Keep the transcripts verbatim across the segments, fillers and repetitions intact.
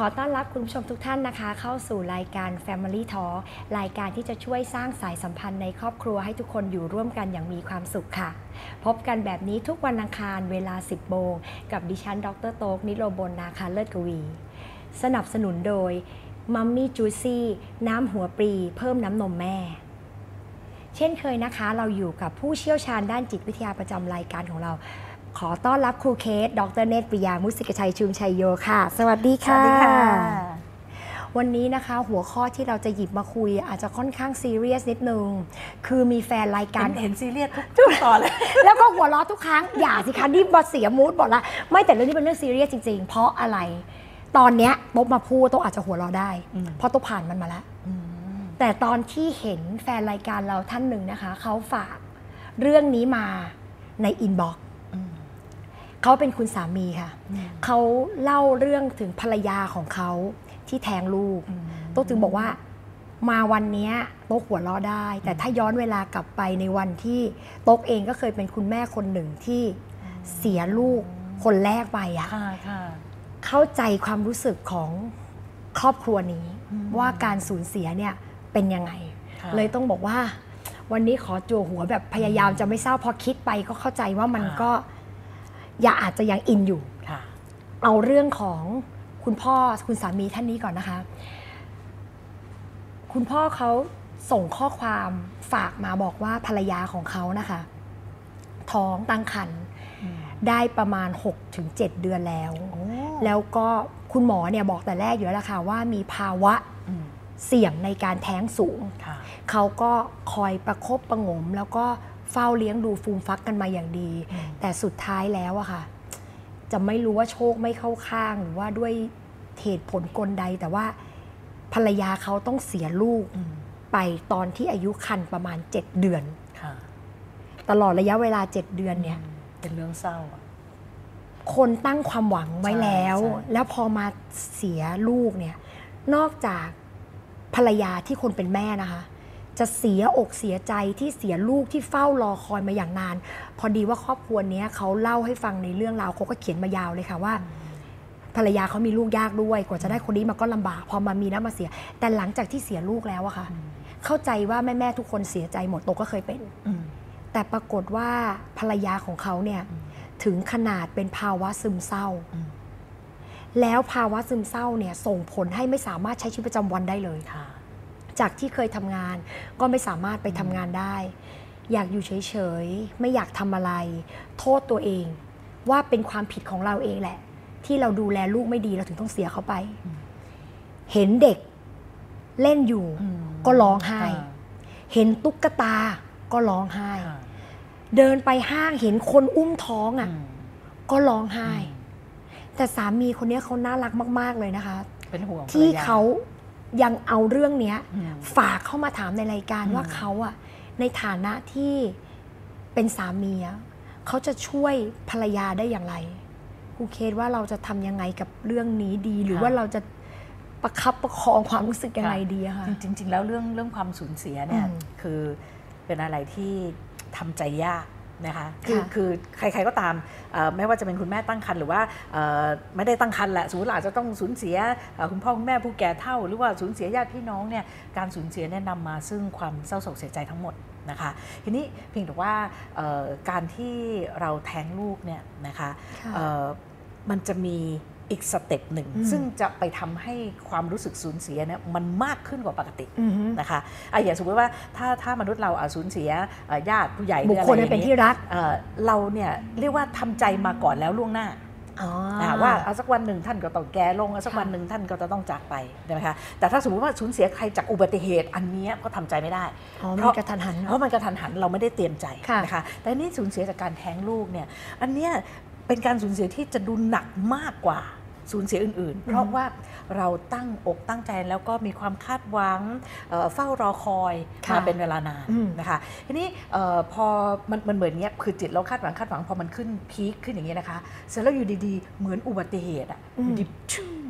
อต้อนรับคุณผู้ชมทุกท่านนะคะเข้าสู่รายการ Family Talk รายการที่จะช่วยสร้างสายสัมพันธ์ในครอบครัวให้ทุกคนอยู่ร่วมกันอย่างมีความสุขค่ะพบกันแบบนี้ทุกวันอังคารเวลา สิบโมงกับดิฉันดร.โต๊ก นิโรบลนาคาเลิศกวีสนับสนุนโดยมัมมี่จูซี่น้ำหัวปลีเพิ่มน้ำนมแม่เช่นเคยนะคะเราอยู่กับผู้เชี่ยวชาญด้านจิตวิทยาประจำรายการของเราขอต้อนรับครูเคสดร.เนตร ปิยามุสิกชัยชุมชัยโยค่ะสวัสดีค่ะวันนี้นะคะหัวข้อที่เราจะหยิบมาคุยอาจจะค่อนข้างซีเรียสนิดนึงคือมีแฟนรายการเห็นซีเรียสทุกตอนเลยแล้วก็หัวเราะทุกครั้งอย่าสิคะนี่บอสเสียมูดบอกละไม่แต่เรื่องนี้เป็นเรื่องซีเรียสจริงๆเพราะอะไรตอนเนี้ยโต๊ะมาพูดโต๊ะอาจจะหัวเราะได้เพราะโต๊ะผ่านมันมาแล้วแต่ตอนที่เห็นแฟนรายการเราท่านหนึ่งนะคะเขาฝากเรื่องนี้มาในอินบ็อกซ์เขาเป็นคุณสามีค่ะเขาเล่าเรื่องถึงภรรยาของเขาที่แท้งลูกโต๊ะถึงบอกว่ามาวันนี้โต๊ะหัวเราะได้แต่ถ้าย้อนเวลากลับไปในวันที่โต๊ะเองก็เคยเป็นคุณแม่คนหนึ่งที่เสียลูกคนแรกไปอะเข้าใจความรู้สึกของครอบครัวนี้ว่าการสูญเสียเนี่ยเป็นยังไงเลยต้องบอกว่าวันนี้ขอจั่วหัวแบบพยายามจะไม่เศร้าพอคิดไปก็เข้าใจว่ามันก็อย่าอาจจะยังอินอยู่เอาเรื่องของคุณพ่อคุณสามีท่านนี้ก่อนนะคะคุณพ่อเขาส่งข้อความฝากมาบอกว่าภรรยาของเขานะคะท้องตั้งครรภ์ได้ประมาณ หกถึงเจ็ด เดือนแล้วแล้วก็คุณหมอเนี่ยบอกแต่แรกอยู่แล้วค่ะว่ามีภาวะเสี่ยงในการแท้งสูงเขาก็คอยประคบประงมแล้วก็เฝ้าเลี้ยงดูฟูมฟักกันมาอย่างดีแต่สุดท้ายแล้วอะค่ะจะไม่รู้ว่าโชคไม่เข้าข้างหรือว่าด้วยเหตุผลกลใดแต่ว่าภรรยาเขาต้องเสียลูกไปตอนที่อายุครรภ์ประมาณเจ็ดเดือนตลอดระยะเวลาเจ็ดเดือนเนี่ยเป็นเรื่องเศร้าคนตั้งความหวังไว้แล้วแล้วพอมาเสียลูกเนี่ยนอกจากภรรยาที่คนเป็นแม่นะคะจะเสียอกเสียใจที่เสียลูกที่เฝ้ารอคอยมาอย่างนานพอดีว่าครอบครัวนี้เขาเล่าให้ฟังในเรื่องราวเขาก็เขียนมายาวเลยค่ะว่าภรรยาเขามีลูกยากด้วยกว่าจะได้คนนี้มาก็ลำบากพอมามีแล้วมาเสียแต่หลังจากที่เสียลูกแล้วอะค่ะเข้าใจว่าแม่ๆทุกคนเสียใจหมดโตก็เคยเป็นแต่ปรากฏว่าภรรยาของเขาเนี่ยถึงขนาดเป็นภาวะซึมเศร้าแล้วภาวะซึมเศร้าเนี่ยส่งผลให้ไม่สามารถใช้ชีวิตประจำวันได้เลยจากที่เคยทำงานก็ไม่สามารถไปทำงานได้อยากอยู่เฉยๆไม่อยากทำอะไรโทษตัวเองว่าเป็นความผิดของเราเองแหละที่เราดูแลลูกไม่ดีเราถึงต้องเสียเขาไปเห็นเด็กเล่นอยู่ก็ร้องไห้เห็นตุ๊กตาก็ร้องไห้เดินไปห้างเห็นคนอุ้มท้องอ่ะก็ร้องไห้แต่สามีคนนี้เขาน่ารักมากๆเลยนะคะเป็นห่วงที่เขายังเอาเรื่องนี้ฝากเข้ามาถามในรายการว่าเขาอะในฐานะที่เป็นสามีเขาจะช่วยภรรยาได้อย่างไรครูเคสว่าเราจะทำยังไงกับเรื่องนี้ดีหรือว่าเราจะประคับประคองความรู้สึกยังไงดีอะคะจริงๆแล้วเรื่องเรื่องความสูญเสียเนี่ยคือเป็นอะไรที่ทำใจยากนะคะคือคือใครๆก็ตามไม่ว่าจะเป็นคุณแม่ตั้งครรภ์หรือว่าไม่ได้ตั้งครรภ์แหละสมมติอาจจะต้องสูญเสียคุณพ่อคุณแม่ผู้แก่เฒ่าหรือว่าสูญเสียญาติพี่น้องเนี่ยการสูญเสียเนี่ยนำมาซึ่งความเศร้าโศกเสียใจทั้งหมดนะคะทีนี้เพียงแต่ว่าการที่เราแท้งลูกเนี่ยนะคะมันจะมีอีกสเต็ปหนึ่งซึ่งจะไปทำให้ความรู้สึกสูญเสียเนี่ยมันมากขึ้นกว่าปกตินะคะอย่างสมมติว่าถ้าถ้ามนุษย์เราสูญเสียญาติผู้ใหญ่บุคคลเป็นที่รักเราเนี่ยเรียกว่าทำใจมาก่อนแล้วล่วงหน้าว่าเอาสักวันหนึ่งท่านก็ต้องแก่ลงเอาสักวันหนึ่งท่านก็จะต้องจากไปใช่ไหมคะแต่ถ้าสมมติว่าสูญเสียใครจากอุบัติเหตุอันนี้ก็ทำใจไม่ได้เพราะกระทันหันเพราะมันกระทันหันเราไม่ได้เตรียมใจนะคะแต่นี่สูญเสียจากการแท้งลูกเนี่ยอันเนี้ยเป็นการสูญเสียที่จะดูหนักมากกว่าสูญเสียอื่นๆเพราะว่าเราตั้งอกตั้งใจแล้วก็มีความคาดหวังเฝ้ารอคอยมาเป็นเวลานานนะคะทีนี้พอมันมันเหมือนเงี้ยคือจิตเราคาดหวังคาดหวังพอมันขึ้นพีคขึ้นอย่างเงี้ยนะคะเสร็จแล้วอยู่ดีๆเหมือนอุบัติเหตุอ่ะดิบชุ่ม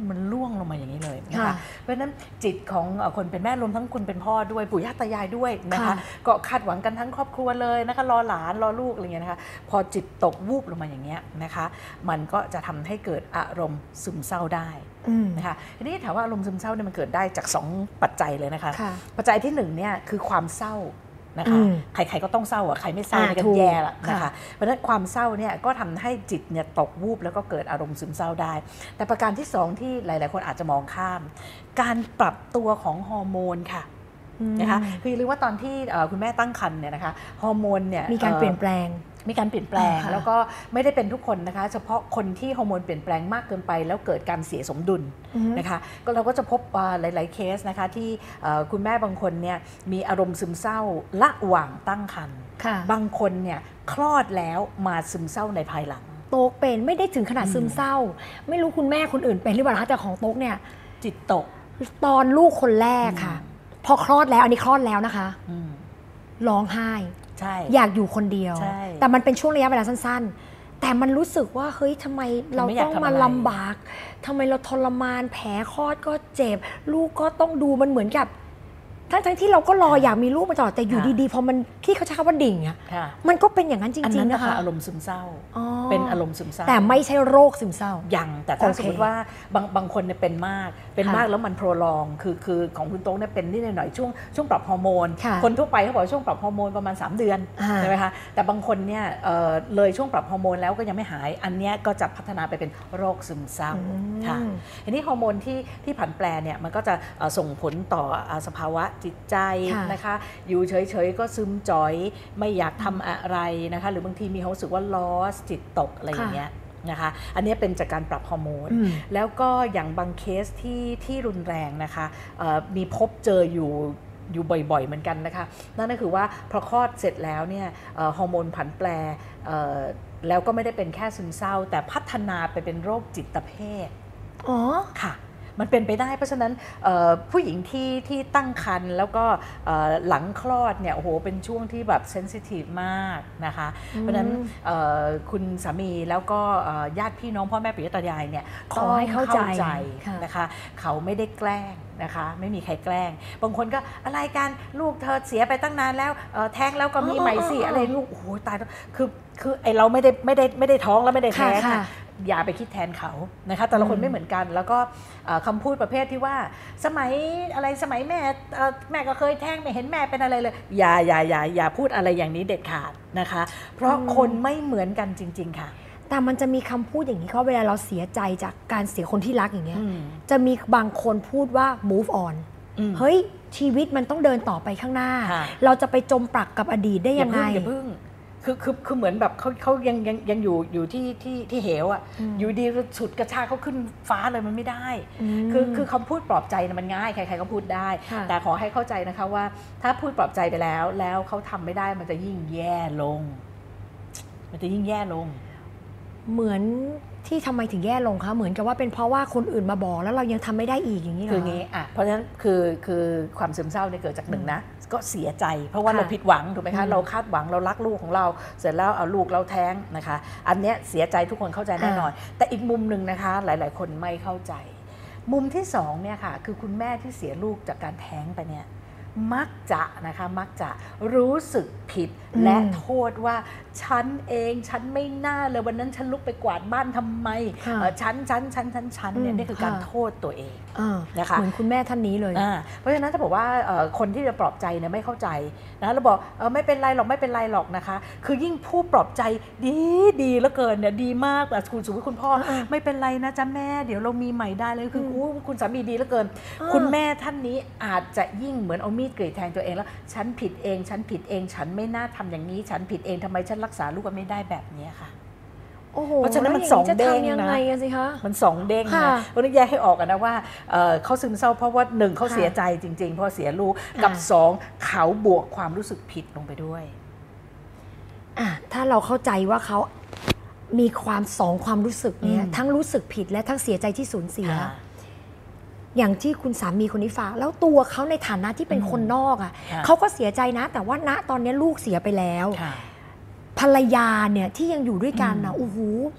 มันล่วงลงมาอย่างนี้เลยนะคะเพราะฉะนั้นจิตของคนเป็นแม่รวมทั้งคุณเป็นพ่อด้วยปู่ย่าตายายด้วยนะคะก็คาดหวังกันทั้งครอบครัวเลยนะคะรอหลานรอลูกอะไรเงี้ยนะคะพอจิตตกวูบลงมาอย่างเงี้ยนะคะมันก็จะทำให้เกิดอารมณ์ซึมเศร้าได้นะคะทีนี้ถามว่าอารมณ์ซึมเศร้าเนี่ยมันเกิดได้จากสองปัจจัยเลยนะคะปัจจัยที่หนึ่งเนี่ยคือความเศร้านะคะใครๆก็ต้องเศร้าอ่ะใครไม่เศร้าก็แย่ละนะคะเพราะฉะนั้นความเศร้าเนี่ยก็ทำให้จิตเนี่ยตกวูบแล้วก็เกิดอารมณ์ซึมเศร้าได้แต่ประการที่สองที่หลายๆคนอาจจะมองข้ามการปรับตัวของฮอร์โมนค่ะนะคะคืออย่าลืมว่าตอนที่คุณแม่ตั้งครรภ์เนี่ยนะคะฮอร์โมนเนี่ยมีการเปลี่ยนแปลงมีการเปลี่ยนแปลงแล้วก็ไม่ได้เป็นทุกคนนะคะเฉพาะคนที่ฮอร์โมนเปลี่ยนแปลงมากเกินไปแล้วเกิดการเสียสมดุลนะคะก็เราก็จะพบหลายๆเคสนะคะที่คุณแม่บางคนเนี่ยมีอารมณ์ซึมเศร้าระหว่างตั้งครรภ์บางคนเนี่ยคลอดแล้วมาซึมเศร้าในภายหลังโต๊กเป็นไม่ได้ถึงขนาดซึมเศร้าไม่รู้คุณแม่คนอื่นเป็นหรือเปล่าแต่ของโต๊กเนี่ยจิตตกตอนลูกคนแรกค่ะพอคลอดแล้วอันนี้คลอดแล้วนะคะร้องไห้อยากอยู่คนเดียวแต่มันเป็นช่วงระยะเวลาสั้นๆแต่มันรู้สึกว่าเฮ้ยทำไมเราต้องมาลำบากทำไมเราทรมานแผลคลอดก็เจ็บลูกก็ต้องดูมันเหมือนกับทั้งๆที่เราก็รออยากมีลูกมาตลอดแต่อยู่ดีๆพอมันที่เขาใช้คำว่าดิ่งอ่ะมันก็เป็นอย่างนั้นจริงๆนะคะอารมณ์ซึมเศร้าเป็นอารมณ์ซึมเศร้าแต่ไม่ใช่โรคซึมเศร้าอย่างแต่ถ้าสมมติว่าบางบางคนเนี่ยเป็นมากเป็นมากแล้วมันโปรลองคือคือของคุณโต๊งเนี่ยเป็นนิดหน่อยช่วงช่วงปรับฮอร์โมนคนทั่วไปเขาบอกช่วงปรับฮอร์โมนประมาณสามเดือนใช่ไหมคะแต่บางคนเนี่ยเลยช่วงปรับฮอร์โมนแล้วก็ยังไม่หายอันนี้ก็จะพัฒนาไปเป็นโรคซึมเศร้าค่ะอันนี้ฮอร์โมนที่ที่ผันแปรเนี่ยมันก็จะส่งผลต่อสภาวะจิตใจนะคะอยู่เฉยๆก็ซึมจ่อยไม่อยากทำอะไรนะคะหรือบางทีมีความรู้สึกว่า loss จิตตกอะไรอย่างเงี้ยนะคะอันนี้เป็นจากการปรับฮอร์โมนแล้วก็อย่างบางเคสที่ที่รุนแรงนะคะมีพบเจออยู่อยู่บ่อยๆเหมือนกันนะคะนั่นก็คือว่าพอคลอดเสร็จแล้วเนี่ยฮอร์โมนผันแปรแล้วก็ไม่ได้เป็นแค่ซึมเศร้าแต่พัฒนาไปเป็นโรคจิตเภทอ๋อค่ะมันเป็นไปได้เพราะฉะนั้นผู้หญิงที่ที่ตั้งครรภ์แล้วก็หลังคลอดเนี่ยโอ้โหเป็นช่วงที่แบบเซนซิทีฟมากนะคะเพราะฉะนั้นคุณสามีแล้วก็ญาติพี่น้องพ่อแม่ปู่ย่าตายายเนี่ยขอให้เข้าใจนะคะเขาไม่ได้แกล้งนะคะไม่มีใครแกล้งบางคนก็อะไรกันลูกเธอเสียไปตั้งนานแล้วแท้งแล้วก็มีใหม่สิอะไรลูกโอ้โหตายแล้วคือคือไอเราไม่ได้ไม่ได้ไม่ได้ท้องแล้วไม่ได้แท้งอย่าไปคิดแทนเขานะคะแต่ละคนไม่เหมือนกันแล้วก็คำพูดประเภทที่ว่าสมัยอะไรสมัยแม่แม่ก็เคยแท้งไม่เห็นแม่เป็นอะไรเลยอย่าอย่าอย่าอย่าพูดอะไรอย่างนี้เด็ดขาดนะคะเพราะคนไม่เหมือนกันจริงๆค่ะแต่มันจะมีคำพูดอย่างนี้เขาเวลาเราเสียใจจากการเสียคนที่รักอย่างเงี้ยจะมีบางคนพูดว่า move on เฮ้ยชีวิตมันต้องเดินต่อไปข้างหน้าเราจะไปจมปลักกับอดีตได้ยังไงอย่าพึ่งคือคือคือเหมือนแบบเขาเขายังยังยังอยู่อยู่ที่ที่ที่เหวอ่ะอยู่ดีฉุดกระชากเขาขึ้นฟ้าเลยมันไม่ได้คือคือคำพูดปลอบใจมันง่ายใครๆก็พูดได้แต่ขอให้เข้าใจนะคะว่าถ้าพูดปลอบใจไปแล้วแล้วเขาทำไม่ได้มันจะยิ่งแย่ลงมันจะยิ่งแย่ลงเหมือนที่ทำไมถึงแย่ลงคะเหมือนกับว่าเป็นเพราะว่าคนอื่นมาบอกแล้วเรายังทำไม่ได้อีกอย่างนี้เหรอคืองี้อ่ะเพราะฉะนั้นคือคือความซึมเศร้าเนี่ยเกิดจากหนึ่งนะก็เสียใจเพราะว่าเราผิดหวังถูกไหมคะเราคาดหวังเรารักลูกของเราเสร็จแล้วเอาลูกเราแท้งนะคะอันเนี้ยเสียใจทุกคนเข้าใจแน่นอนแต่อีกมุมหนึ่งนะคะหลายๆคนไม่เข้าใจมุมที่สองเนี่ยค่ะคือคุณแม่ที่เสียลูกจากการแท้งไปเนี่ยมักจะนะคะมักจะรู้สึกผิดและโทษว่าฉันเองฉันไม่น่าเลยวันนั้นฉันลุกไปกวาดบ้านทำไมฉันฉันฉันฉันฉันเนี่ยนี่คือการโทษตัวเองนะคะเหมือนคุณแม่ท่านนี้เลยเพราะฉะนั้นถ้าบอกว่าคนที่จะปลอบใจเนี่ยไม่เข้าใจนะเราบอกไม่เป็นไรหรอกไม่เป็นไรหรอกนะคะคือยิ่งผู้ปลอบใจดีดีเหลือเกินเนี่ยดีมากแบบคุณสมมติคุณพ่อไม่เป็นไรนะจ๊ะแม่เดี๋ยวเรามีใหม่ได้เลยคือคุณสามีดีเหลือเกินคุณแม่ท่านนี้อาจจะยิ่งเหมือนเอามีดกรีดแทงตัวเองแล้วฉันผิดเองฉันผิดเองฉันไม่น่าทำอย่างนี้ฉันผิดเองทำไมฉันรักษาลูกไม่ได้แบบนี้ค่ะเพราะฉะนั้นมันสองเด้งนะมันสองเด้งนะเพราะนั้นแยกให้ออกกันนะว่าเขาซึมเศร้าเพราะว่าหนึ่งเขาเสียใจจริงๆเพราะเสียลูกกับสองเขาบวกความรู้สึกผิดลงไปด้วยถ้าเราเข้าใจว่าเขามีความสองความรู้สึกเนี่ยทั้งรู้สึกผิดและทั้งเสียใจที่สูญเสียอย่างที่คุณสามีคนนี้ฝากแล้วตัวเขาในฐานะที่เป็นคนนอกอ่ะเขาก็เสียใจนะแต่ว่าณตอนนี้ลูกเสียไปแล้วภรรยาเนี่ยที่ยังอยู่ด้วยกันนะโอ้โห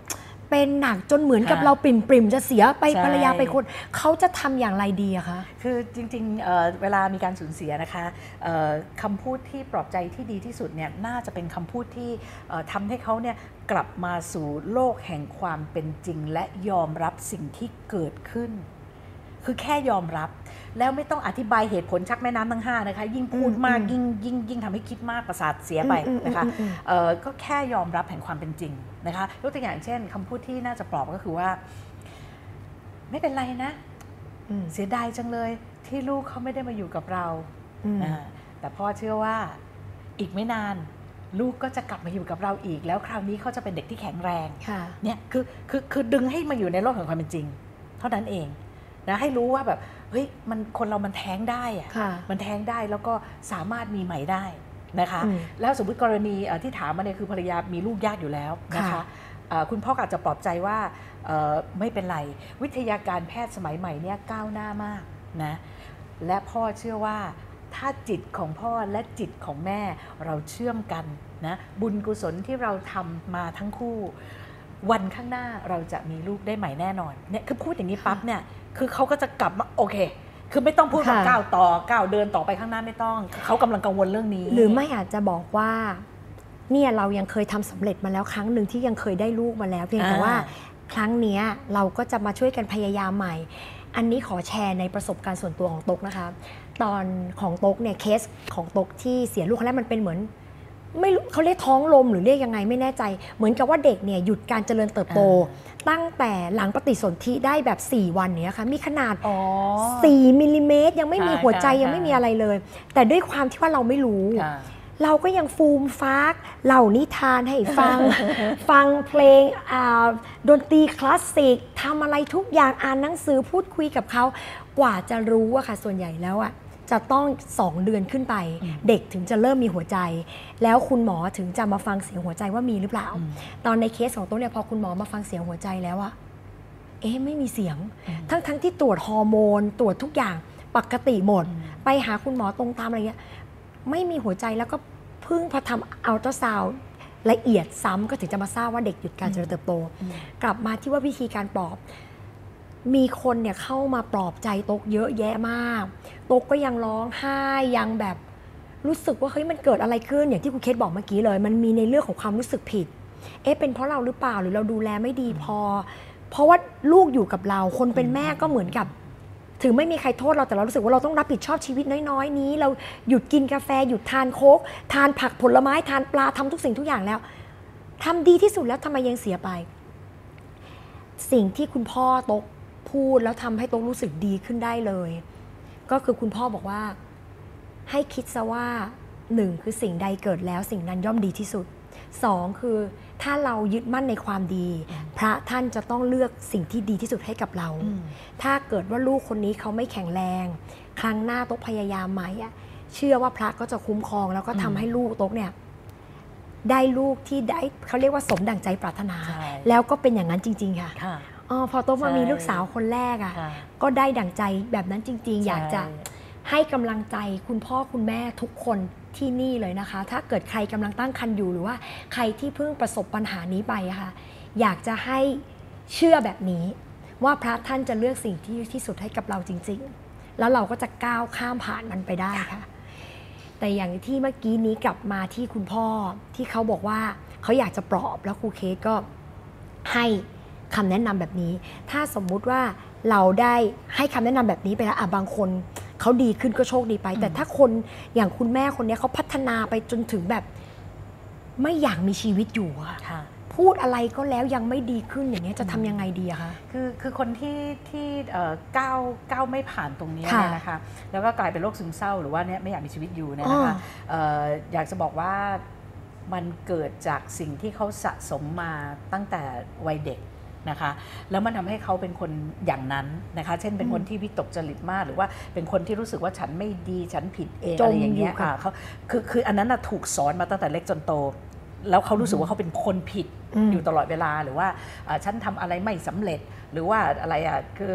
เป็นหนักจนเหมือนกับเราปริ่มๆจะเสียไปใช่ภรรยาไปคนเขาจะทำอย่างไรดีอะคะคือจริงๆเอ่อเวลามีการสูญเสียนะคะเอ่อคำพูดที่ปลอบใจที่ดีที่สุดเนี่ยน่าจะเป็นคำพูดที่เอ่อทำให้เขาเนี่ยกลับมาสู่โลกแห่งความเป็นจริง และยอมรับสิ่งที่เกิดขึ้น คือแค่ยอมรับแล้วไม่ต้องอธิบายเหตุผลชักแม่น้ำทั้งห้านะคะยิ่งพูดมากยิ่งยิ่งยิ่งทำให้คิดมากประสาทเสียไปนะคะเอ่อก็แค่ยอมรับแห่งความเป็นจริงนะคะยกตัวอย่างเช่นคำพูดที่น่าจะปลอบก็คือว่าไม่เป็นไรนะเสียดายจังเลยที่ลูกเขาไม่ได้มาอยู่กับเราแต่พ่อเชื่อว่าอีกไม่นานลูกก็จะกลับมาอยู่กับเราอีกแล้วคราวนี้เขาจะเป็นเด็กที่แข็งแรงเนี่ยคือคือคือดึงให้มาอยู่ในโลกแห่งความเป็นจริงเท่านั้นเองนะให้รู้ว่าแบบเฮ้ยมันคนเรามันแท้งได้อะมันแท้งได้แล้วก็สามารถมีใหม่ได้นะคะแล้วสมมติกรณีที่ถามมาเนี่ยคือภรรยามีลูกยากอยู่แล้วนะคะคุณพ่ออาจจะปลอบใจว่าไม่เป็นไรวิทยาการแพทย์สมัยใหม่เนี่ยก้าวหน้ามากนะและพ่อเชื่อว่าถ้าจิตของพ่อและจิตของแม่เราเชื่อมกันนะบุญกุศลที่เราทำมาทั้งคู่วันข้างหน้าเราจะมีลูกได้ใหม่แน่นอนเนี่ยคือพูดอย่างนี้ปั๊บเนี่ยคือเขาก็จะกลับมาโอเคคือไม่ต้องพูดว่าก้าวต่อก้าวเดินต่อไปข้างหน้าไม่ต้องเขากำลังกังวลเรื่องนี้หรือไม่อาจจะบอกว่าเนี่ยเรายังเคยทำสำเร็จมาแล้วครั้งหนึ่งที่ยังเคยได้ลูกมาแล้วเพียงแต่ว่าครั้งนี้เราก็จะมาช่วยกันพยายามใหม่อันนี้ขอแชร์ในประสบการณ์ส่วนตัวของต๊กนะคะตอนของต๊กเนี่ยเคสของต๊กที่เสียลูกครั้งแรกมันเป็นเหมือนไม่รู้เขาเรียกท้องลมหรือเรียกยังไงไม่แน่ใจเหมือนกับว่าเด็กเนี่ยหยุดการเจริญเติบโตตั้งแต่หลังปฏิสนธิได้แบบสี่วันเนี่ยค่ะมีขนาดสี่มิลลิเมตรยังไม่มีหัวใจยังไม่มีอะไรเลยแต่ด้วยความที่ว่าเราไม่รู้เราก็ยังฟูมฟากเล่านิทานให้ฟัง ฟังเพลงดนตรีคลาสสิกทำอะไรทุกอย่างอ่านหนังสือพูดคุยกับเขากว่าจะรู้อะค่ะส่วนใหญ่แล้วอะจะต้องสองเดือนขึ้นไปเด็กถึงจะเริ่มมีหัวใจแล้วคุณหมอถึงจะมาฟังเสียงหัวใจว่ามีหรือเปล่าตอนในเคสของตัวเนี่ยพอคุณหมอมาฟังเสียงหัวใจแล้วอะเอ๊ะไม่มีเสียงทั้งทั้งที่ตรวจฮอร์โมนตรวจทุกอย่างปกติหมดไปหาคุณหมอตรงตามอะไรเงี้ยไม่มีหัวใจแล้วก็เพิ่งพอทำอัลตราซาวด์ละเอียดซ้ำก็ถึงจะมาทราบว่าเด็กหยุดการเจริญเติบโตกลับมาที่ว่าวิธีการปลอบมีคนเนี่ยเข้ามาปลอบใจต๊กเยอะแยะมากต๊กก็ยังร้องไห้ยังแบบรู้สึกว่าเฮ้ยมันเกิดอะไรขึ้นอย่างที่คุณเคสบอกเมื่อกี้เลยมันมีในเรื่องของความรู้สึกผิดเอ๊ะเป็นเพราะเราหรือเปล่าหรือเราดูแลไม่ดีพอเพราะว่าลูกอยู่กับเราคนเป็นแม่ก็เหมือนกับถึงไม่มีใครโทษเราแต่เรารู้สึกว่าเราต้องรับผิดชอบชีวิตน้อยๆนี้เราหยุดกินกาแฟหยุดทานโค้กทานผักผลไม้ทานปลาทำทุกสิ่งทุกอย่างแล้วทำดีที่สุดแล้วทำไมยังเสียไปสิ่งที่คุณพ่อต๊กพูดแล้วทำให้ต๊กรู้สึกดีขึ้นได้เลยก็คือคุณพ่อบอกว่าให้คิดซะว่าหนึ่งคือสิ่งใดเกิดแล้วสิ่งนั้นย่อมดีที่สุดสองคือถ้าเรายึดมั่นในความดีพระท่านจะต้องเลือกสิ่งที่ดีที่สุดให้กับเราถ้าเกิดว่าลูกคนนี้เขาไม่แข็งแรงครั้งหน้าต๊กพยายามใหม่อ่ะเชื่อว่าพระก็จะคุ้มครองแล้วก็ทำให้ลูกต๊กเนี่ยได้ลูกที่ได้เขาเรียกว่าสมดั่งใจปรารถนาแล้วก็เป็นอย่างนั้นจริงๆค่ะอ๋อพอโต๊กมามีลูกสาวคนแรกอ่ะก็ได้ดั่งใจแบบนั้นจริงๆอยากจะให้กำลังใจคุณพ่อคุณแม่ทุกคนที่นี่เลยนะคะถ้าเกิดใครกำลังตั้งครรภ์อยู่หรือว่าใครที่เพิ่งประสบปัญหานี้ไปอะค่ะอยากจะให้เชื่อแบบนี้ว่าพระท่านจะเลือกสิ่งที่ดีที่สุดให้กับเราจริงๆแล้วเราก็จะก้าวข้ามผ่านมันไปได้ค่ะแต่อย่างที่เมื่อกี้นี้กลับมาที่คุณพ่อที่เขาบอกว่าเขาอยากจะปลอบแล้วครูเคสก็ให้คำแนะนำแบบนี้ถ้าสมมุติว่าเราได้ให้คำแนะนำแบบนี้ไปแล้วอ่ะบางคนเขาดีขึ้นก็โชคดีไปแต่ถ้าคนอย่างคุณแม่คนนี้เขาพัฒนาไปจนถึงแบบไม่อยากมีชีวิตอยู่อะพูดอะไรก็แล้วยังไม่ดีขึ้นอย่างนี้จะทำยังไงดีอะคะคือคือคนที่ที่ก้าวก้าวไม่ผ่านตรงนี้เนี่ยนะคะแล้วก็กลายเป็นโรคซึมเศร้าหรือว่าเนี่ยไม่อยากมีชีวิตอยู่เนี่ยนะคะอยากจะบอกว่ามันเกิดจากสิ่งที่เขาสะสมมาตั้งแต่วัยเด็กนะคะแล้วมันทำให้เขาเป็นคนอย่างนั้นนะคะเช่นเป็นคนที่วิตกจริตมากหรือว่าเป็นคนที่รู้สึกว่าฉันไม่ดีฉันผิดเองอะไรอย่างเงี้ยเขาคือคืออันนั้นถูกสอนมาตั้งแต่เล็กจนโตแล้วเขารู้สึกว่าเขาเป็นคนผิดอยู่ตลอดเวลาหรือว่าฉันทำอะไรไม่สำเร็จหรือว่าอะไรอ่ะคือ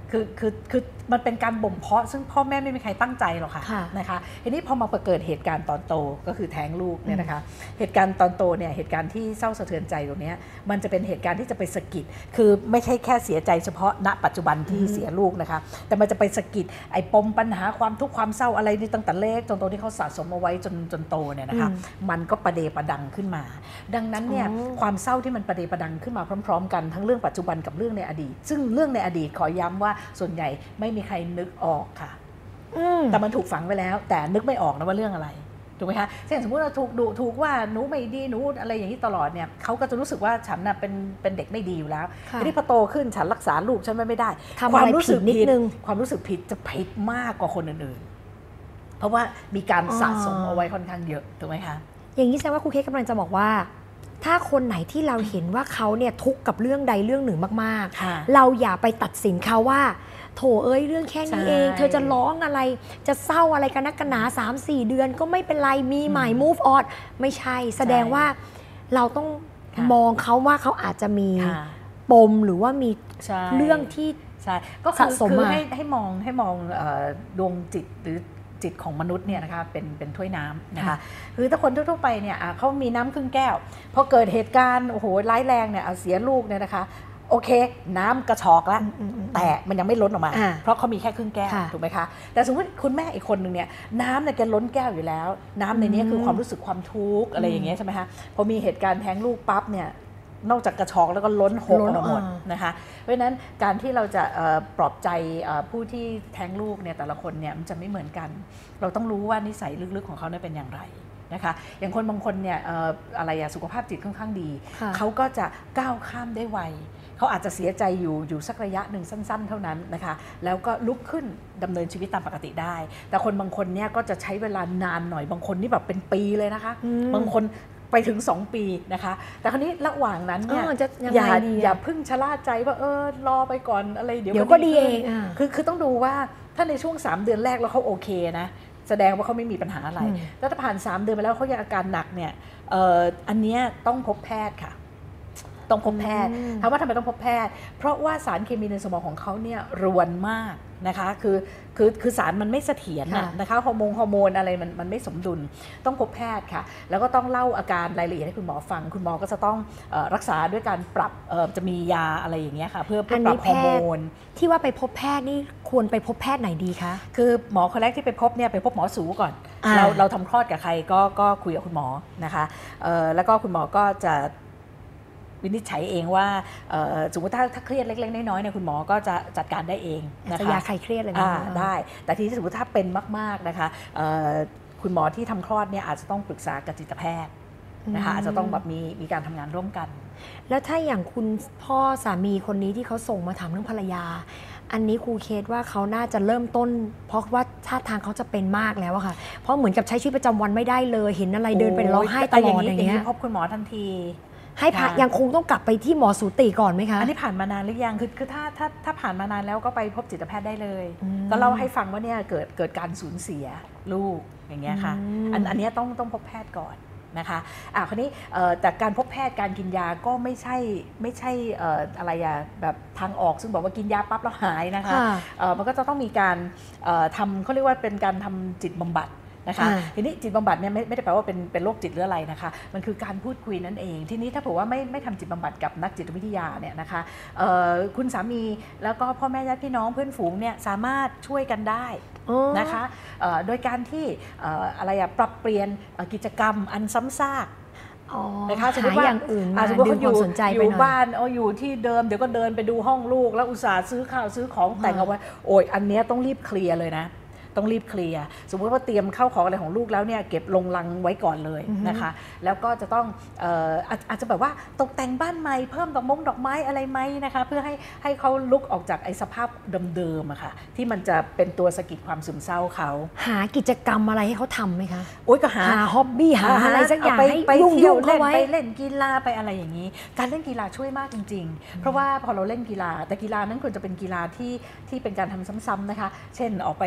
คือคือคือมันเป็นการบ่มเพาะซึ่งพ่อแม่ไม่มีใครตั้งใจหรอกค่ะนะคะทีนี้พอมาเกิดเหตุการณ์ตอนโตก็คือแท้งลูกเนี่ยนะคะเหตุการณ์ตอนโตเนี่ยเหตุการณ์ที่เศร้าสะเทือนใจตรงนี้มันจะเป็นเหตุการณ์ที่จะไปสะกิดคือไม่ใช่แค่เสียใจเฉพาะณปัจจุบันที่เสียลูกนะคะแต่มันจะไปสะกิดไอ้ปมปัญหาความทุกข์ความเศร้าอะไรนี่ตั้งแต่เล็กจนโตที่เขาสะสมเอาไว้จนจนโตเนี่ยนะคะมันก็ประเดประดังขึ้นมาดังนั้นเนี่ยความเศร้าที่มันประเดประดังขึ้นมาพร้อมๆกันทั้งเรื่องปัจจุบันกับเรื่องในอดีตซึ่งเรื่องในอดีตขอย้ำว่าส่วนใหญ่ไม่มีใครนึกออกค่ะแต่มันถูกฝังไว้แล้วแต่นึกไม่ออกนะว่าเรื่องอะไรถูกไหมคะเช่นสมมติเราถูกดุถูกว่าหนูไม่ดีหนูอะไรอย่างนี้ตลอดเนี่ยเขาก็จะรู้สึกว่าฉันน่ะเป็นเป็นเด็กไม่ดีอยู่แล้วทีนี้พอโตขึ้นฉันรักษาลูกฉันไม่ได้ความรู้สึกผิดความรู้สึกผิดจะผิดมากกว่าคนอื่นๆเพราะว่ามีการสะสมเอาไว้ค่อนข้างเยอะถูกไหมคะอย่างนี้แสดงว่าครูเคสกำลังจะบอกว่าถ้าคนไหนที่เราเห็นว่าเขาเนี่ยทุกข์กับเรื่องใดเรื่องหนึ่งมากๆเราอย่าไปตัดสินเขาว่าโถเอ้ยเรื่องแค่นี้เองเธอจะร้องอะไรจะเศร้าอะไรกันนักกันหนา สามสี่ เดือนก็ไม่เป็นไรมีใหม่ move on ไม่ใช่แสดงว่าเราต้องมองเขาว่าเขาอาจจะมีปมหรือว่ามีเรื่องที่ก็สะสมมาให้ให้มองให้มองดวงจิตหรือจิตของมนุษย์เนี่ยนะคะเป็นเป็นถ้วยน้ำนะคะคือถ้าคนทั่วๆไปเนี่ยเขามีน้ำครึ่งแก้วพอเกิดเหตุการณ์โอ้โหร้ายแรงเนี่ยเสียลูกเนี่ยนะคะโอเคน้ำกระชอกแล้วแต่มันยังไม่ล้นออกมาเพราะเขามีแค่ครึ่งแก้วถูกไหมคะแต่สมมติคุณแม่อีกคนหนึ่งเนี่ยน้ำเนี่ยแกล้นแก้วอยู่แล้วน้ำในนี้คือความรู้สึกความทุกข์อะไรอย่างเงี้ยใช่ไหมคะพอมีเหตุการณ์แท้งลูกปั๊บเนี่ยนอกจากกระชอกแล้วก็ล้นหกออกมาหมดนะคะเพราะฉะนั้นการที่เราจะปลอบใจผู้ที่แท้งลูกเนี่ยแต่ละคนเนี่ยมันจะไม่เหมือนกันเราต้องรู้ว่านิสัยลึกๆของเขาเนี่ยเป็นอย่างไรนะคะอย่างคนบางคนเนี่ยอะไรอะสุขภาพจิตค่อนข้างดีเขาก็จะก้าวข้ามได้ไวเขาอาจจะเสียใจอยู่อยู่สักระยะหนึ่งสั้นๆเท่านั้นนะคะแล้วก็ลุกขึ้นดำเนินชีวิตตามปกติได้แต่คนบางคนเนี่ยก็จะใช้เวลานานหน่อยบางคนนี่แบบเป็นปีเลยนะคะบางคนไปถึงสองปีนะคะแต่คราวนี้ระหว่างนั้นเนี่ยอย่าอย่าพึ่งชะล่าใจว่าเออรอไปก่อนอะไรเดี๋ยวก็ดีเองคือคือต้องดูว่าถ้าในช่วงสามเดือนแรกแล้วเขาโอเคนะแสดงว่าเขาไม่มีปัญหาอะไรแต่ถ้าผ่านสามเดือนไปแล้วเขายังอาการหนักเนี่ยอันนี้ต้องพบแพทย์ค่ะต้องพบแพทย์ถามว่าทำไมต้องพบแพทย์เพราะว่าสารเคมีในสมองของเขาเนี่ยรวนมากนะคะคือคือคือสารมันไม่เสถียรนะคะฮอร์โมนฮอร์โมนอะไรมันมันไม่สมดุลต้องพบแพทย์ค่ะแล้วก็ต้องเล่าอาการรายละเอียดให้คุณหมอฟังคุณหมอก็จะต้องรักษาด้วยการปรับจะมียาอะไรอย่างเงี้ยค่ะเพื่อปรับฮอร์โมนที่ว่าไปพบแพทย์นี่ควรไปพบแพทย์ไหนดีคะคือหมอคนแรกที่ไปพบเนี่ยไปพบหมอสูก่อนเราเราทำคลอดกับใครก็ก็คุยกับคุณหมอนะคะแล้วก็คุณหมอก็จะวินิจฉัยเองว่าสมมติถ้าถ้าเครียดเล็กๆน้อยๆเนี่ยคุณหมอก็จะจัดการได้เองนะคะยาคลายเครียดเลยนะได้แต่ทีนี้สมมติถ้าเป็นมากๆนะคะคุณหมอที่ทำคลอดเนี่ยอาจจะต้องปรึกษากับจิตแพทย์นะคะอาจจะต้องแบบมีมีการทำงานร่วมกันแล้วถ้าอย่างคุณพ่อสามีคนนี้ที่เขาส่งมาถามเรื่องภรรยาอันนี้ครูเคสว่าเขาน่าจะเริ่มต้นเพราะว่าท่าทางเขาจะเป็นมากแล้วอะค่ะเพราะเหมือนกับใช้ชีวิตประจำวันไม่ได้เลยเห็นอะไรเดินไปร้องไห้ตลอดอย่างเงี้ยพบคุณหมอทันทีให้พยังคงต้องกลับไปที่หมอสูติก่อนไหมคะอันนี้ผ่านมานานหรือยังคือคือถ้าถ้าถ้าผ่านมานานแล้วก็ไปพบจิตแพทย์ได้เลยก็เล่าให้ฟังว่าเนี่ยเกิดเกิดการสูญเสียลูกอย่างเงี้ยค่ะอันอันนี้ต้องต้องพบแพทย์ก่อนนะคะอ่ะคราวนี้แต่การพบแพทย์การกินยาก็ไม่ใช่ไม่ใช่อะไรอะแบบทางออกซึ่งบอกว่ากินยาปั๊บแล้วหายนะคะมันก็จะต้องมีการทำเขาเรียกว่าเป็นการทำจิตบำบัดนะคะทีนี้จิตบำบัดเนี่ยไม่ไม่ได้แปลว่าเป็นเป็นโรคจิตหรืออะไรนะคะมันคือการพูดคุยนั่นเองทีนี้ถ้าผมว่าไม่ไม่ทำจิตบำบัดกับนักจิตวิทยาเนี่ยนะคะคุณสามีแล้วก็พ่อแม่ญาติพี่น้องเพื่อนฝูงเนี่ยสามารถช่วยกันได้นะคะโดยการที่อะไรอะปรับเปลี่ยนกิจกรรมอันซ้ำซากนะคะสมมติว่าอย่างอื่นมาดึงความสนใจไปหน่อยอยู่บ้านเอาอยู่ที่เดิมเดี๋ยวก็เดินไปดูห้องลูกแล้วอุตส่าห์ซื้อข้าวซื้อของแต่งเอาไว้โอ้ยอันนี้ต้องรีบเคลียร์เลยนะต้องรีบเคลียร์สมมติว่าเตรียมเข้าของอะไรของลูกแล้วเนี่ยเก็บลงลังไว้ก่อนเลยนะคะแล้วก็จะต้องเอ่ออาจจะแบบว่าตกแต่งบ้านใหม่เพิ่มดอกมงดอกไม้อะไรไหมนะคะเพื่อให้ให้เขาลุกออกจากไอ้สภาพเดิมๆอะค่ะที่มันจะเป็นตัวสะกิดความซึมเศร้าเขาหากิจกรรมอะไรให้เขาทำไหมคะโอ๊ยก็หาหาฮ็อบบี้หาอะไรสักอย่างให้ยุ่งยุ่งเข้าไว้ไปเล่นกีฬาไปอะไรอย่างนี้การเล่นกีฬาช่วยมากจริงๆเพราะว่าพอเราเล่นกีฬาแต่กีฬานั้นควรจะเป็นกีฬาที่ที่เป็นการทำซ้ำๆนะคะเช่นออกไปวิ่ง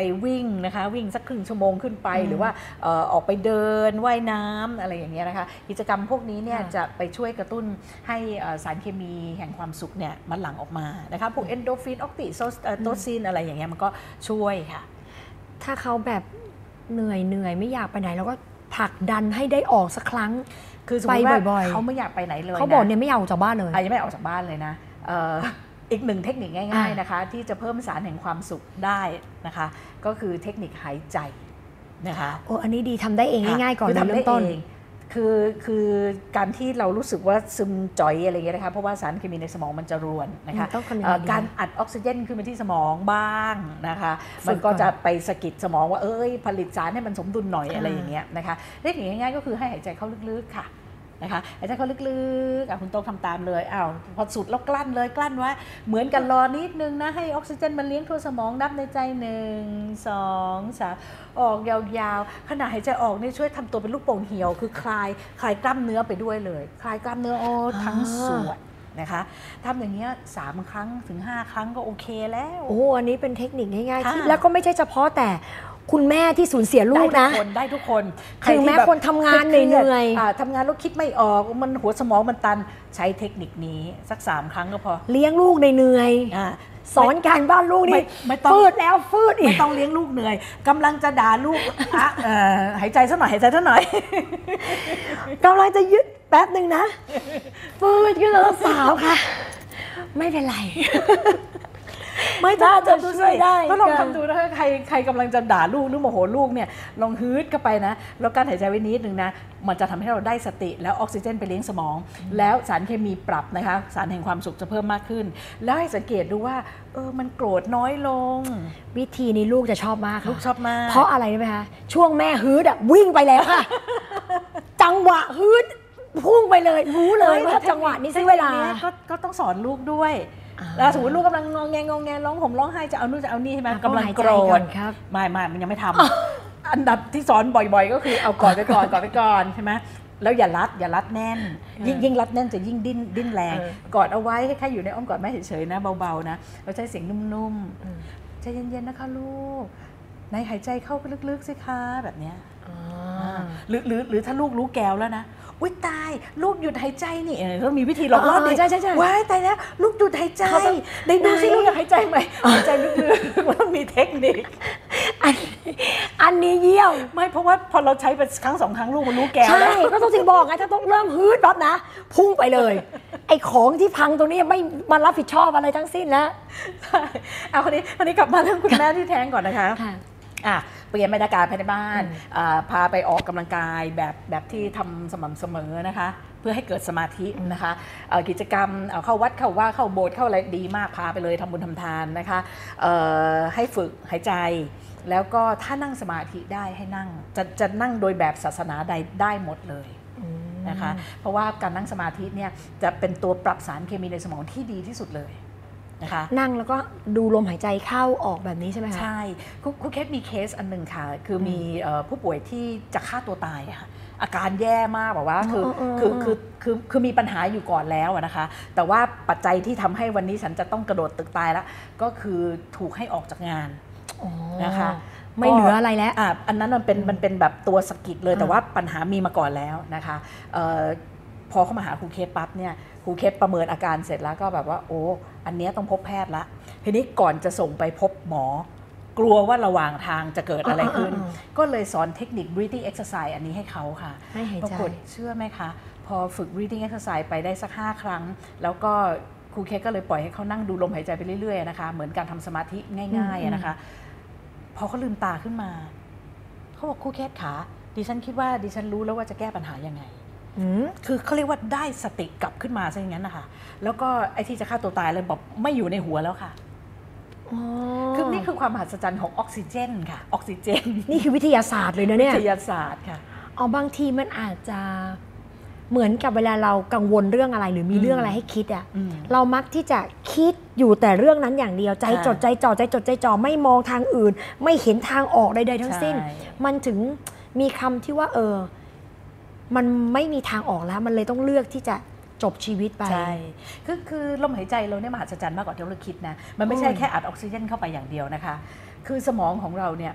นะคะวิ่งสักครึ่งชั่วโมงขึ้นไปหรือว่าเอ่อออกไปเดินว่ายน้ำอะไรอย่างเงี้ยนะคะกิจกรรมพวกนี้เนี่ยจะไปช่วยกระตุ้นให้สารเคมีแห่งความสุขเนี่ยมันหลั่งออกมานะคะพวกเอนโดฟินออกติโตซินอะไรอย่างเงี้ยมันก็ช่วยค่ะถ้าเขาแบบเหนื่อยเหนื่อยไม่อยากไปไหนเราก็ผลักดันให้ได้ออกสักครั้งคือสมมติว่าเขาไม่อยากไปไหนเลยเขาบอกเนี่ยไม่อยากออกจากบ้านเลยยังไม่ออกจากบ้านเลยนะอีกหนึ่งเทคนิคง่ายๆนะคะที่จะเพิ่มสารแห่งความสุขได้นะคะก็คือเทคนิคหายใจนะคะโอ้อันนี้ดีทำได้เองง่ายๆก่อนเริ่มต้นคือคือการที่เรารู้สึกว่าซึมจ่อยอะไรเงี้ยนะคะเพราะว่าสารเคมีในสมองมันจะรวนนะคะการอัดออกซิเจนขึ้นมาที่สมองบ้างนะคะมันก็จะไปสะกิดสมองว่าเอ้ยผลิตสารให้มันสมดุลหน่อยอะไรอย่างเงี้ยนะคะเทคนิคง่ายๆก็คือให้หายใจเข้าลึกๆค่ะนะคะหายใจเข้าลึกๆคุณโต้งทำตามเลยอ้าวพอสุดแล้วกลั้นเลยกลั้นไว้เหมือนกันรอนิดนึงนะให้ออกซิเจนมันเลี้ยงทั่วสมองนับในใจหนึ่งสองสามออกยาวๆขณะหายใจออกนี่ช่วยทำตัวเป็นลูกโป่งเหี่ยวคือคลายคลายกล้ามเนื้อไปด้วยเลยคลายกล้ามเนื้อโอ้ทั้งส่วนนะคะทำอย่างเงี้ยสามครั้งถึงห้าครั้งก็โอเคแล้วโอ้อันนี้เป็นเทคนิคง่ายๆที่แล้วก็ไม่ใช่เฉพาะแต่คุณแม่ที่สูญเสียลูกนะได้ทุกคนถึงแม้คนทำงานเหนื่อยๆทำงานแล้วคิดไม่ออกมันหัวสมองมันตันใช้เทคนิคนี้สักสามครั้งก็พอเลี้ยงลูกเหนื่อยสอนการบ้านลูกนี่ฟืดแล้วฟืดอีกไม่ต้องเลี้ยงลูกเหนื่อยกำลังจะด่าลูกหายใจสักหน่อยหายใจสักหน่อยกำลังจะยึดแป๊บหนึ่งนะฟืดก็แล้วสาวค่ะไม่เป็นไรไม่ถ้าจะช่วยได้ก็ลองทำดูนะใครใครกำลังจะด่าลูกหรือโมโหลูกเนี่ยลองฮืดเข้าไปนะแล้วการหายใจไว้นิดนึงนะมันจะทำให้เราได้สติแล้วออกซิเจนไปเลี้ยงสมองแล้วสารเคมีปรับนะคะสารแห่งความสุขจะเพิ่มมากขึ้นแล้วให้สังเกตดูว่าเออมันโกรธน้อยลงวิธีนี้ลูกจะชอบมากลูกชอบมากเพราะอะไรรู้ไหมคะช่วงแม่ฮืดอ่ะวิ่งไปแล้วค่ะจังหวะฮืดพุ่งไปเลยรู้เลยว่าจังหวะนี้ใช้เวลาก็ต้องสอนลูกด้วยแล้วสมมติลูกกำลังงองแงงองแงร้องผมร้องไห้จะเอานู่นจะเอานี่ใช่ไหมกำลังโกรธไม่ไม่มันยังไม่ทำอันดับที่สอนบ่อยๆก็คือเอากอดไปก่อนกอดไปก่อนใช่ไหมแล้วอย่ารัดอย่ารัดแน่นยิ่งยิ่งรัดแน่นจะยิ่งดิ้นดิ้นแรงกอดเอาไว้แค่อยู่ในอ้อมกอดแม่เฉยๆนะเบาๆนะเราใช้เสียงนุ่มๆใจเย็นๆนะคะลูกในหายใจเข้าไปลึกๆสิคะแบบเนี้ยหรือหรือหรือถ้าลูกรู้แก้วแล้วนะอุ้ยตายลูกหยุดหายใจนี่ก็มีวิธีหลอกล่อเด็กว้ายตายแล้วลูกหยุดหายใจได้ดูสิลูกอยากหายใจไหมหายใจลึกๆมันต้องมีเทคนิคอันนี้เยี่ยมไม่เพราะว่าพอเราใช้ไปครั้งสองครั้งลูกมันรู้แก้วแล้วใช่ก็ต้องถึงบอกไงถ้าต้องเริ่มฮืดปั๊บนะพุ่งไปเลยไอ้ของที่พังตรงนี้ไม่มารับผิดชอบอะไรทั้งสิ้นแล้วใช่เอาคนนี้คนนี้กลับมาเรื่องคุณแม่ที่แท้งก่อนนะคะอ่ะเปลี่ยนบรรยากาศภายในบ้านพาไปออกกำลังกายแบบแบบที่ทำสม่ำเสมอนะคะเพื่อให้เกิดสมาธินะคะกิจกรรมเข้าวัดเข้าว่าเข้าโบสถ์เข้าอะไรดีมากพาไปเลยทำบุญทำทานนะคะให้ฝึกหายใจแล้วก็ถ้านั่งสมาธิได้ให้นั่งจะจะนั่งโดยแบบศาสนาใดได้หมดเลยนะคะเพราะว่าการนั่งสมาธิเนี่ยจะเป็นตัวปรับสารเคมีในสมองที่ดีที่สุดเลยนั่งแล้วก็ดูลมหายใจเข้าออกแบบนี้ใช่ไหมคะใช่คุณเคสมีเคสอันหนึ่งค่ะคือมีผู้ป่วยที่จะฆ่าตัวตายค่ะอาการแย่มากแบบว่าคือคือคือคือคือมีปัญหาอยู่ก่อนแล้วนะคะแต่ว่าปัจจัยที่ทำให้วันนี้ฉันจะต้องกระโดดตึกตายแล้วก็คือถูกให้ออกจากงานนะคะไม่เหลืออะไรแล้วอ่ะอันนั้นมันเป็นมันเป็นแบบตัวสกิดเลยแต่ว่าปัญหามีมาก่อนแล้วนะคะพอเข้ามาหาครูเคสปั๊บเนี่ยครูเคสประเมินอาการเสร็จแล้วก็แบบว่าโอ้อันนี้ต้องพบแพทย์ละทีนี้ก่อนจะส่งไปพบหมอกลัวว่าระหว่างทางจะเกิดอะไรขึ้นก็เลยสอนเทคนิค breathing exercise อันนี้ให้เขาค่ะปรากฏเชื่อไหมคะพอฝึก breathing exercise ไปได้สักห้าครั้งแล้วก็ครูเคสก็เลยปล่อยให้เขานั่งดูลมหายใจไปเรื่อยๆนะคะเหมือนการทำสมาธิง่ายๆนะคะพอเขาลืมตาขึ้นมาเขาบอกครูเคสขาดิฉันคิดว่าดิฉันรู้แล้วว่าจะแก้ปัญหายังไงคือเขาเรียกว่าได้สติกลับขึ้นมาซะอย่างนั้นนะคะแล้วก็ไอ้ที่จะฆ่าตัวตายเลยบอกไม่อยู่ในหัวแล้วค่ะคือนี่คือความมหัศจรรย์ของออกซิเจนค่ะออกซิเจนนี่คือวิทยาศาสตร์เลยนะเนี่ยวิทยาศาสตร์ค่ะอ๋อบางทีมันอาจจะเหมือนกับเวลาเรากังวลเรื่องอะไรหรือมีเรื่องอะไรให้คิดอ่ะเรามักที่จะคิดอยู่แต่เรื่องนั้นอย่างเดียวใจจดใจจ่อใจจดใจจ่อไม่มองทางอื่นไม่เห็นทางออกใดๆทั้งสิ้นมันถึงมีคำที่ว่าเออมันไม่มีทางออกแล้วมันเลยต้องเลือกที่จะจบชีวิตไปใช่คือคือลมหายใจเราเนี่ยมหัศจรรย์มากกว่าที่เราคิดนะมันไม่ใช่แค่อัดออกซิเจนเข้าไปอย่างเดียวนะคะคือสมองของเราเนี่ย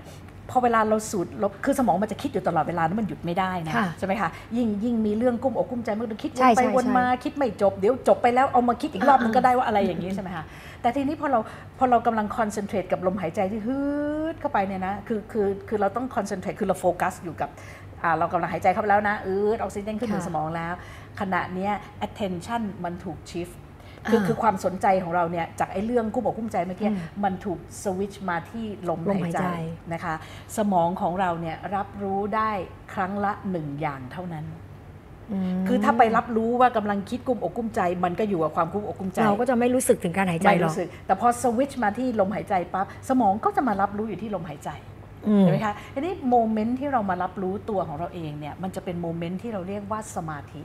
พอเวลาเราสูดลบคือสมองมันจะคิดอยู่ตลอดเวลาแล้วมันหยุดไม่ได้นะใช่ไหมคะยิ่งยิ่งมีเรื่องกุ้มอกกุ้มใจมันก็คิดวนไปวนมาคิดไม่จบเดี๋ยวจบไปแล้วเอามาคิดอีกรอบนึงก็ได้ว่าอะไรอย่างนี้ใช่ไหมคะแต่ทีนี้พอเราพอเรากำลังคอนเซนเทรตกับลมหายใจที่ฮึดเข้าไปเนี่ยนะคือคือคือเราต้องคอนเซนเทรตคือเราโฟกัสอยู่กับเรากำลังหายใจเข้าไปแล้วนะอืดออกซิเจนขึ้นถึงสมองแล้วขณะนี้ attention มันถูก shift คือคือความสนใจของเราเนี่ยจากไอ้เรื่องกุ้มอกกุ้มใจเมื่อกี้มันถูกสวิตช์มาที่ลมหายใจนะคะสมองของเราเนี่ยรับรู้ได้ครั้งละหนึ่งอย่างเท่านั้นคือถ้าไปรับรู้ว่ากำลังคิดกุ้มอกกุ้มใจมันก็อยู่กับความกุ้มอกกุ้มใจเราก็จะไม่รู้สึกถึงการหายใจหรอกแต่พอสวิตช์มาที่ลมหายใจปั๊บสมองก็จะมารับรู้อยู่ที่ลมหายใจใช่ไหมคะทีนี้โมเมนต์ที่เรามารับรู้ตัวของเราเองเนี่ยมันจะเป็นโมเมนต์ที่เราเรียกว่าสมาธิ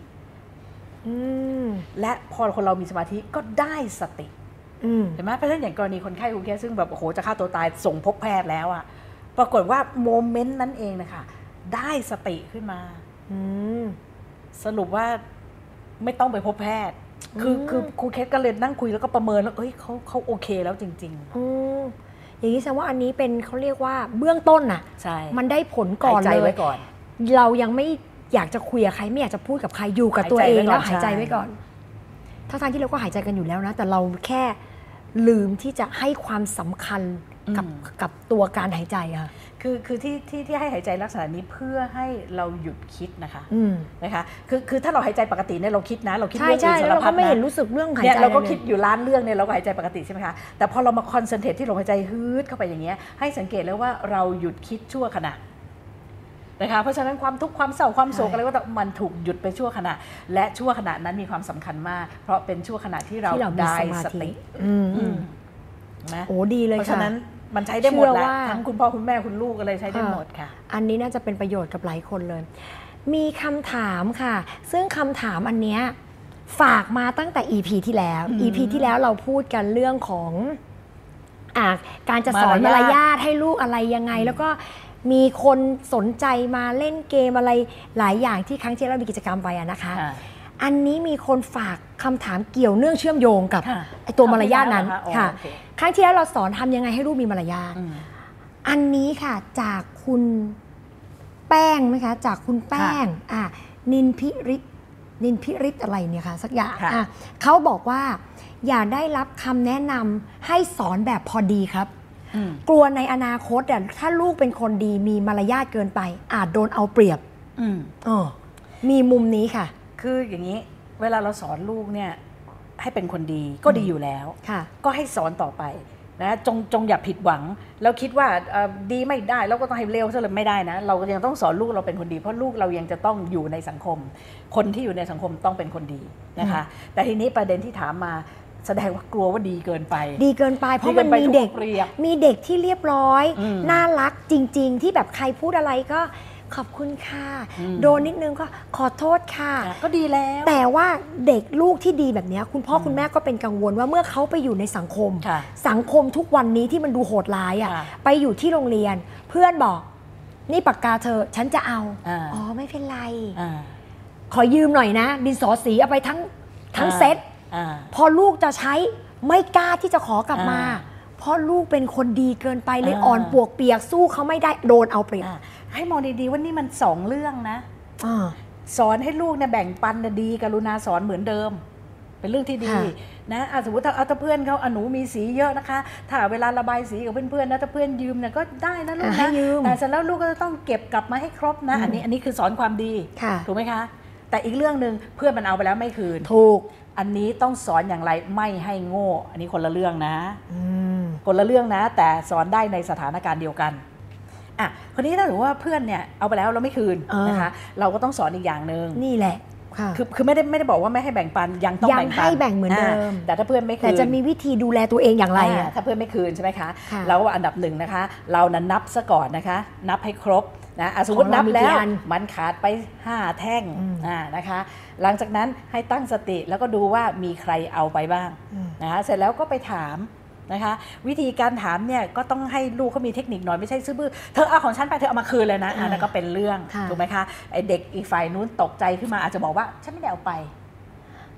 และพอคนเรามีสมาธิก็ได้สติเห็นไหมเพราะฉะนั้นอย่างกรณีคนไข้คุณแค่ซึ่งแบบโอ้โหจะฆ่าตัวตายส่งพบแพทย์แล้วอะปรากฏว่าโมเมนต์นั้นเองนะคะได้สติขึ้นมาสรุปว่าไม่ต้องไปพบแพทย์คือคือครูเคสก็เลยนั่งคุยแล้วก็ประเมินแล้วเอ้ยเขาเขาโอเคแล้วจริงๆอย่างนี้แสดงว่าอันนี้เป็นเขาเรียกว่าเบื้องต้นน่ะใช่มันได้ผลก่อนเลยเรายังไม่อยากจะคุยกับใครไม่อยากจะพูดกับใครอยู่กับตัวเองแล้วหายใจไว้ก่อนทั้งทางที่เราก็หายใจกันอยู่แล้วนะแต่เราแค่ลืมที่จะให้ความสำคัญกับกับตัวการหายใจค่ะคือคือที่ที่ที่ให้หายใจลักษณะนี้เพื่อให้เราหยุดคิดนะคะนะคะคือคือถ้าเราหายใจปกติเนี่ยเราคิดนะเราคิดเรื่องอื่นสารพัดนะไม่เห็นรู้สึกเรื่องหายใจเราก็คิดอยู่ล้านเรื่องเนี่ยเราก็หายใจปกติใช่ไหมคะแต่พอเรามาคอนเซนเทรตที่ลมหายใจฮืดเข้าไปอย่างเงี้ยให้สังเกตแล้วว่าเราหยุดคิดชั่วขณะนะคะเพราะฉะนั้นความทุกข์ความเศร้าความโศกอะไรก็ต้องมันถูกหยุดไปชั่วขณะและชั่วขณะนั้นมีความสำคัญมากเพราะเป็นชั่วขณะที่เราได้สตินะโอ้ดีเลยค่ะเพราะฉะนั้นมันใช้ได้หมดแหละทั้งคุณพ่อคุณแม่คุณลูกอะไรใช้ได้หมดค่ะอันนี้น่าจะเป็นประโยชน์กับหลายคนเลยมีคำถามค่ะซึ่งคำถามอันเนี้ยฝากมาตั้งแต่ อี พี ที่แล้ว อี พี ที่แล้วเราพูดกันเรื่องของอ่ะการจะสอนมารยาทให้ลูกอะไรยังไงแล้วก็มีคนสนใจมาเล่นเกมอะไรหลายอย่างที่ครั้งที่เรามีกิจกรรมไปอะนะคะอันนี้มีคนฝากคำถามเกี่ยวเนื่องเชื่อมโยงกับไอตัวมารยาทนั้นค่ะครั้งที่แล้วเราสอนทำยังไงให้ลูกมีมารยาทอันนี้ค่ะจากคุณแป้งไหมคะจากคุณแป้งอ่ะนินพิริศนินพิริศอะไรเนี่ยค่ะสักอย่างอ่ะเขาบอกว่าอย่าได้รับคำแนะนำให้สอนแบบพอดีครับกลัวในอนาคตอ่ะถ้าลูกเป็นคนดีมีมารยาทเกินไปอาจโดนเอาเปรียบอ๋อมีมุมนี้ค่ะคืออย่างนี้เวลาเราสอนลูกเนี่ยให้เป็นคนดีก็ดีอยู่แล้วก็ให้สอนต่อไปนะจงจงอย่าผิดหวังแล้วคิดว่าดีไม่ได้แล้วก็ต้องให้เร็วซะเลยไม่ได้นะเรายังต้องสอนลูกเราเป็นคนดีเพราะลูกเรายังจะต้องอยู่ในสังคมคนที่อยู่ในสังคมต้องเป็นคนดีนะคะแต่ทีนี้ประเด็นที่ถามมาแสดงว่ากลัวว่าดีเกินไปดีเกินไปเพราะมันมีเด็กมีเด็กที่เรียบร้อยน่ารักจริงๆที่แบบใครพูดอะไรก็ขอบคุณค่ะโดนนิดนึงก็ขอโทษค่ะก็ดีแล้วแต่ว่าเด็กลูกที่ดีแบบนี้คุณพ่อคุณแม่ก็เป็นกังวลว่าเมื่อเขาไปอยู่ในสังคมสังคมทุกวันนี้ที่มันดูโหดร้ายอ่ะไปอยู่ที่โรงเรียนเพื่อนบอกนี่ปากกาเธอฉันจะเอาอ๋อไม่เป็นไรขอยืมหน่อยนะดินสอสีเอาไปทั้งทั้งเซ็ตพอลูกจะใช้ไม่กล้าที่จะขอกลับมาเพราะลูกเป็นคนดีเกินไปเลยอ่อนปวกเปียกสู้เขาไม่ได้โดนเอาเปรียบให้มองดีๆว่านี่มันสองเรื่องนะสอนให้ลูกเนี่ยแบ่งปันนะดีกรุณาสอนเหมือนเดิมเป็นเรื่องที่ดีนะสมมติถ้าเอาเพื่อนเขาอนุมีสีเยอะนะคะถ้าเวลาระบายสีกับเพื่อนๆนะถ้าเพื่อนยืมเนี่ยก็ได้นะลูกนะแต่เสร็จแล้วลูกก็จะต้องเก็บกลับมาให้ครบนะอันนี้อันนี้คือสอนความดีถูกไหมคะแต่อีกเรื่องนึงเพื่อนมันเอาไปแล้วไม่คืนถูกอันนี้ต้องสอนอย่างไรไม่ให้โง่อันนี้คนละเรื่องนะคนละเรื่องนะแต่สอนได้ในสถานการณ์เดียวกันอ่ะคนนี้ถ้าถือว่าเพื่อนเนี่ยเอาไปแล้วเราไม่คืนนะคะเราก็ต้องสอนอีกอย่างหนึ่งนี่แหละคือคือไม่ได้ไม่ได้บอกว่าไม่ให้แบ่งปันยังต้องแบ่งปันยังให้แบ่งเหมือนเดิมแต่ถ้าเพื่อนไม่คืนแต่จะมีวิธีดูแลตัวเองอย่างไรถ้าเพื่อนไม่คืนใช่ไหมคะเราอันดับหนึ่งนะคะเรานั้นนับซะก่อนนะคะนับให้ครบนะสมมตินับแล้วมันขาดไปห้าแท่งนะคะหลังจากนั้นให้ตั้งสติแล้วก็ดูว่ามีใครเอาไปบ้างนะคะเสร็จแล้วก็ไปถามนะคะวิธีการถามเนี่ยก็ต้องให้ลูกเขามีเทคนิคหน่อยไม่ใช่ซื่อบื้อเธอเอาของฉันไปเธอเอามาคืนเลยนะนั่นก็เป็นเรื่องถูกไหมคะไอเด็กอีกฝ่ายนู้นตกใจขึ้นมาอาจจะบอกว่าฉันไม่ได้เอาไป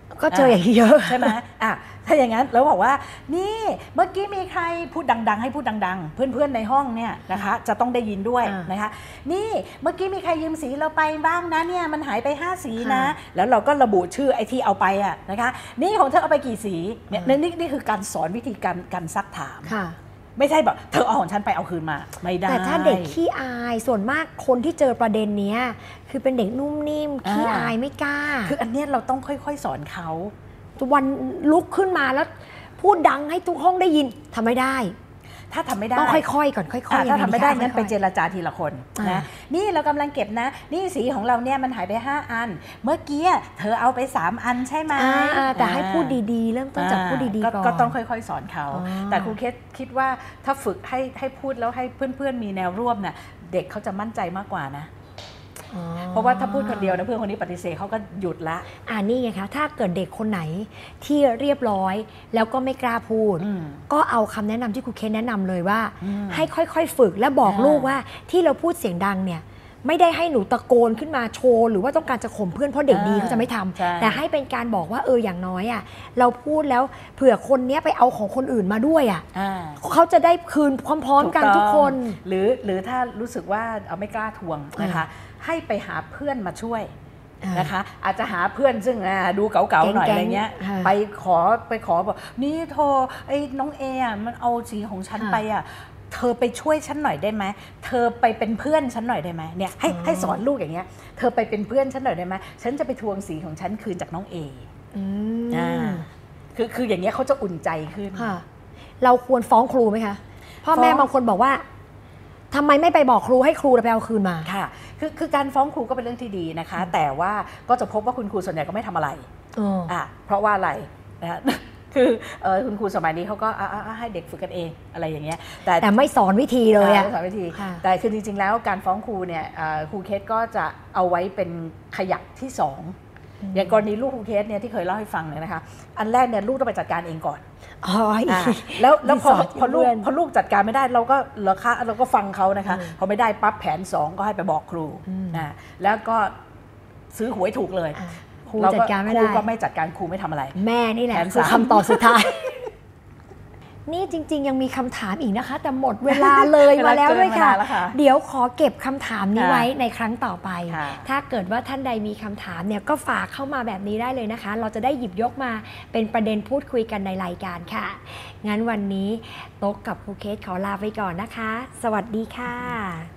ก็เจออย่างนี้เยอะใช่ไหมอ่ะถ้าอย่างนั้นเราบอกว่านี่เมื่อกี้มีใครพูดดังๆให้พูดดังๆเพื่อนๆในห้องเนี่ยนะคะจะต้องได้ยินด้วยนะคะนี่เมื่อกี้มีใครยืมสีเราไปบ้างนะเนี่ยมันหายไปห้าสีนะแล้วเราก็ระบุชื่อไอ้ที่เอาไปอ่ะนะคะนี่ของเธอเอาไปกี่สีเนี่ยนี่นี่คือการสอนวิธีการการซักถามไม่ใช่แบบเธอเอาของฉันไปเอาคืนมาไม่ได้แต่ถ้าเด็กขี้อายส่วนมากคนที่เจอประเด็นนี้คือเป็นเด็กนุ่มนิ่มขี้อายไม่กล้าคืออันนี้เราต้องค่อยๆสอนเขาวันลุกขึ้นมาแล้วพูดดังให้ทุกห้องได้ยินทำไม่ได้ถ้าทำไม่ได้ต้องค่อยๆก่อนค่อยๆถ้าทำไม่ได้งั้นไปเจรจาทีละคนนะนี่เรากำลังเก็บนะนี่สีของเราเนี่ยมันหายไปห้าอันเมื่อกี้เธอเอาไปสามอันใช่ไหมแต่ให้พูดดีๆเริ่มต้นจากพูดดีๆก่อนก็ต้องค่อยๆสอนเขาแต่ครูเคสคิดว่าถ้าฝึกให้ให้พูดแล้วให้เพื่อนๆมีแนวร่วมน่ะเด็กเขาจะมั่นใจมากกว่านะเพราะว่าถ้าพูดคนเดียวนะเพื่อนคนนี้ปฏิเสธเขาก็หยุดละอ่านี่ไงคะถ้าเกิดเด็กคนไหนที่เรียบร้อยแล้วก็ไม่กล้าพูดก็เอาคำแนะนำที่ครูเคนแนะนำเลยว่าให้ค่อยๆฝึกและบอกลูกว่าที่เราพูดเสียงดังเนี่ยไม่ได้ให้หนูตะโกนขึ้นมาโชว์หรือว่าต้องการจะข่มเพื่อนเพราะเด็กดีเขาจะไม่ทำแต่ให้เป็นการบอกว่าเอออย่างน้อยอ่ะเราพูดแล้วเผื่อคนนี้ไปเอาของคนอื่นมาด้วยอ่ะเขาจะได้คืนพร้อมๆกันทุกคนหรือหรือถ้ารู้สึกว่าเอาไม่กล้าทวงนะคะให้ไปหาเพื่อนมาช่วยนะคะอาจจะหาเพื่อนซึ่งดูเก๋าๆหน่อยอะไรเงี้ยไปขอไปขอบอกนี่โทรไอ้น้องเออ่ะมันเอาสีของฉันไปอ่ะเธอไปช่วยฉันหน่อยได้ไหมเธอไปเป็นเพื่อนฉันหน่อยได้ไหมเนี่ยให้ให้สอนลูกอย่างเงี้ยเธอไปเป็นเพื่อนฉันหน่อยได้ไหมฉันจะไปทวงสีของฉันคืนจากน้องเออ่าคือคืออย่างเงี้ยเขาจะอุ่นใจขึ้นเราควรฟ้องครูไหมคะพ่อแม่บางคนบอกว่าทำไมไม่ไปบอกครูให้ครูไปเอาคืนมาค่ะคือคือการฟ้องครูก็เป็นเรื่องที่ดีนะคะแต่ว่าก็จะพบว่าคุณครูส่วนใหญ่ก็ไม่ทำอะไรอ่าเพราะว่าอะไรนะคือคุณครูสมัยนี้เขาก็ให้เด็กฝึกกันเองอะไรอย่างเงี้ยแต่แต่ไม่สอนวิธีเลยอะสอนวิธีแต่คือจริงๆแล้วการฟ้องครูเนี่ยครูเคสก็จะเอาไว้เป็นขยักที่สองอย่างกรณีลูกครูเคสเนี่ยที่เคยเล่าให้ฟังเนี่ยนะคะอันแรกเนี่ยลูกต้องไปจัดการเองก่อนแล้วแล้วพอพอลูกพอลูกจัดการไม่ได้เราก็เราคะเราก็ฟังเขานะคะพอไม่ได้ปั๊บแผนสองก็ให้ไปบอกครูนะแล้วก็ซื้อหวยถูกเลยครูจัดการไม่ได้ครูก็ไม่จัดการครูไม่ทำอะไรแม่นี่แหละคือคำตอบสุดท้ายนี่จริงๆยังมีคำถามอีกนะคะแต่หมดเวลาเลยมาแล้วด้วยค่ะเดี๋ยวขอเก็บคำถามนี้ไว้ในครั้งต่อไปถ้าเกิดว่าท่านใดมีคำถามเนี่ยก็ฝากเข้ามาแบบนี้ได้เลยนะคะเราจะได้หยิบยกมาเป็นประเด็นพูดคุยกันในรายการค่ะงั้นวันนี้โต๊ะกับครูเคสขอลาไปก่อนนะคะสวัสดีค่ะ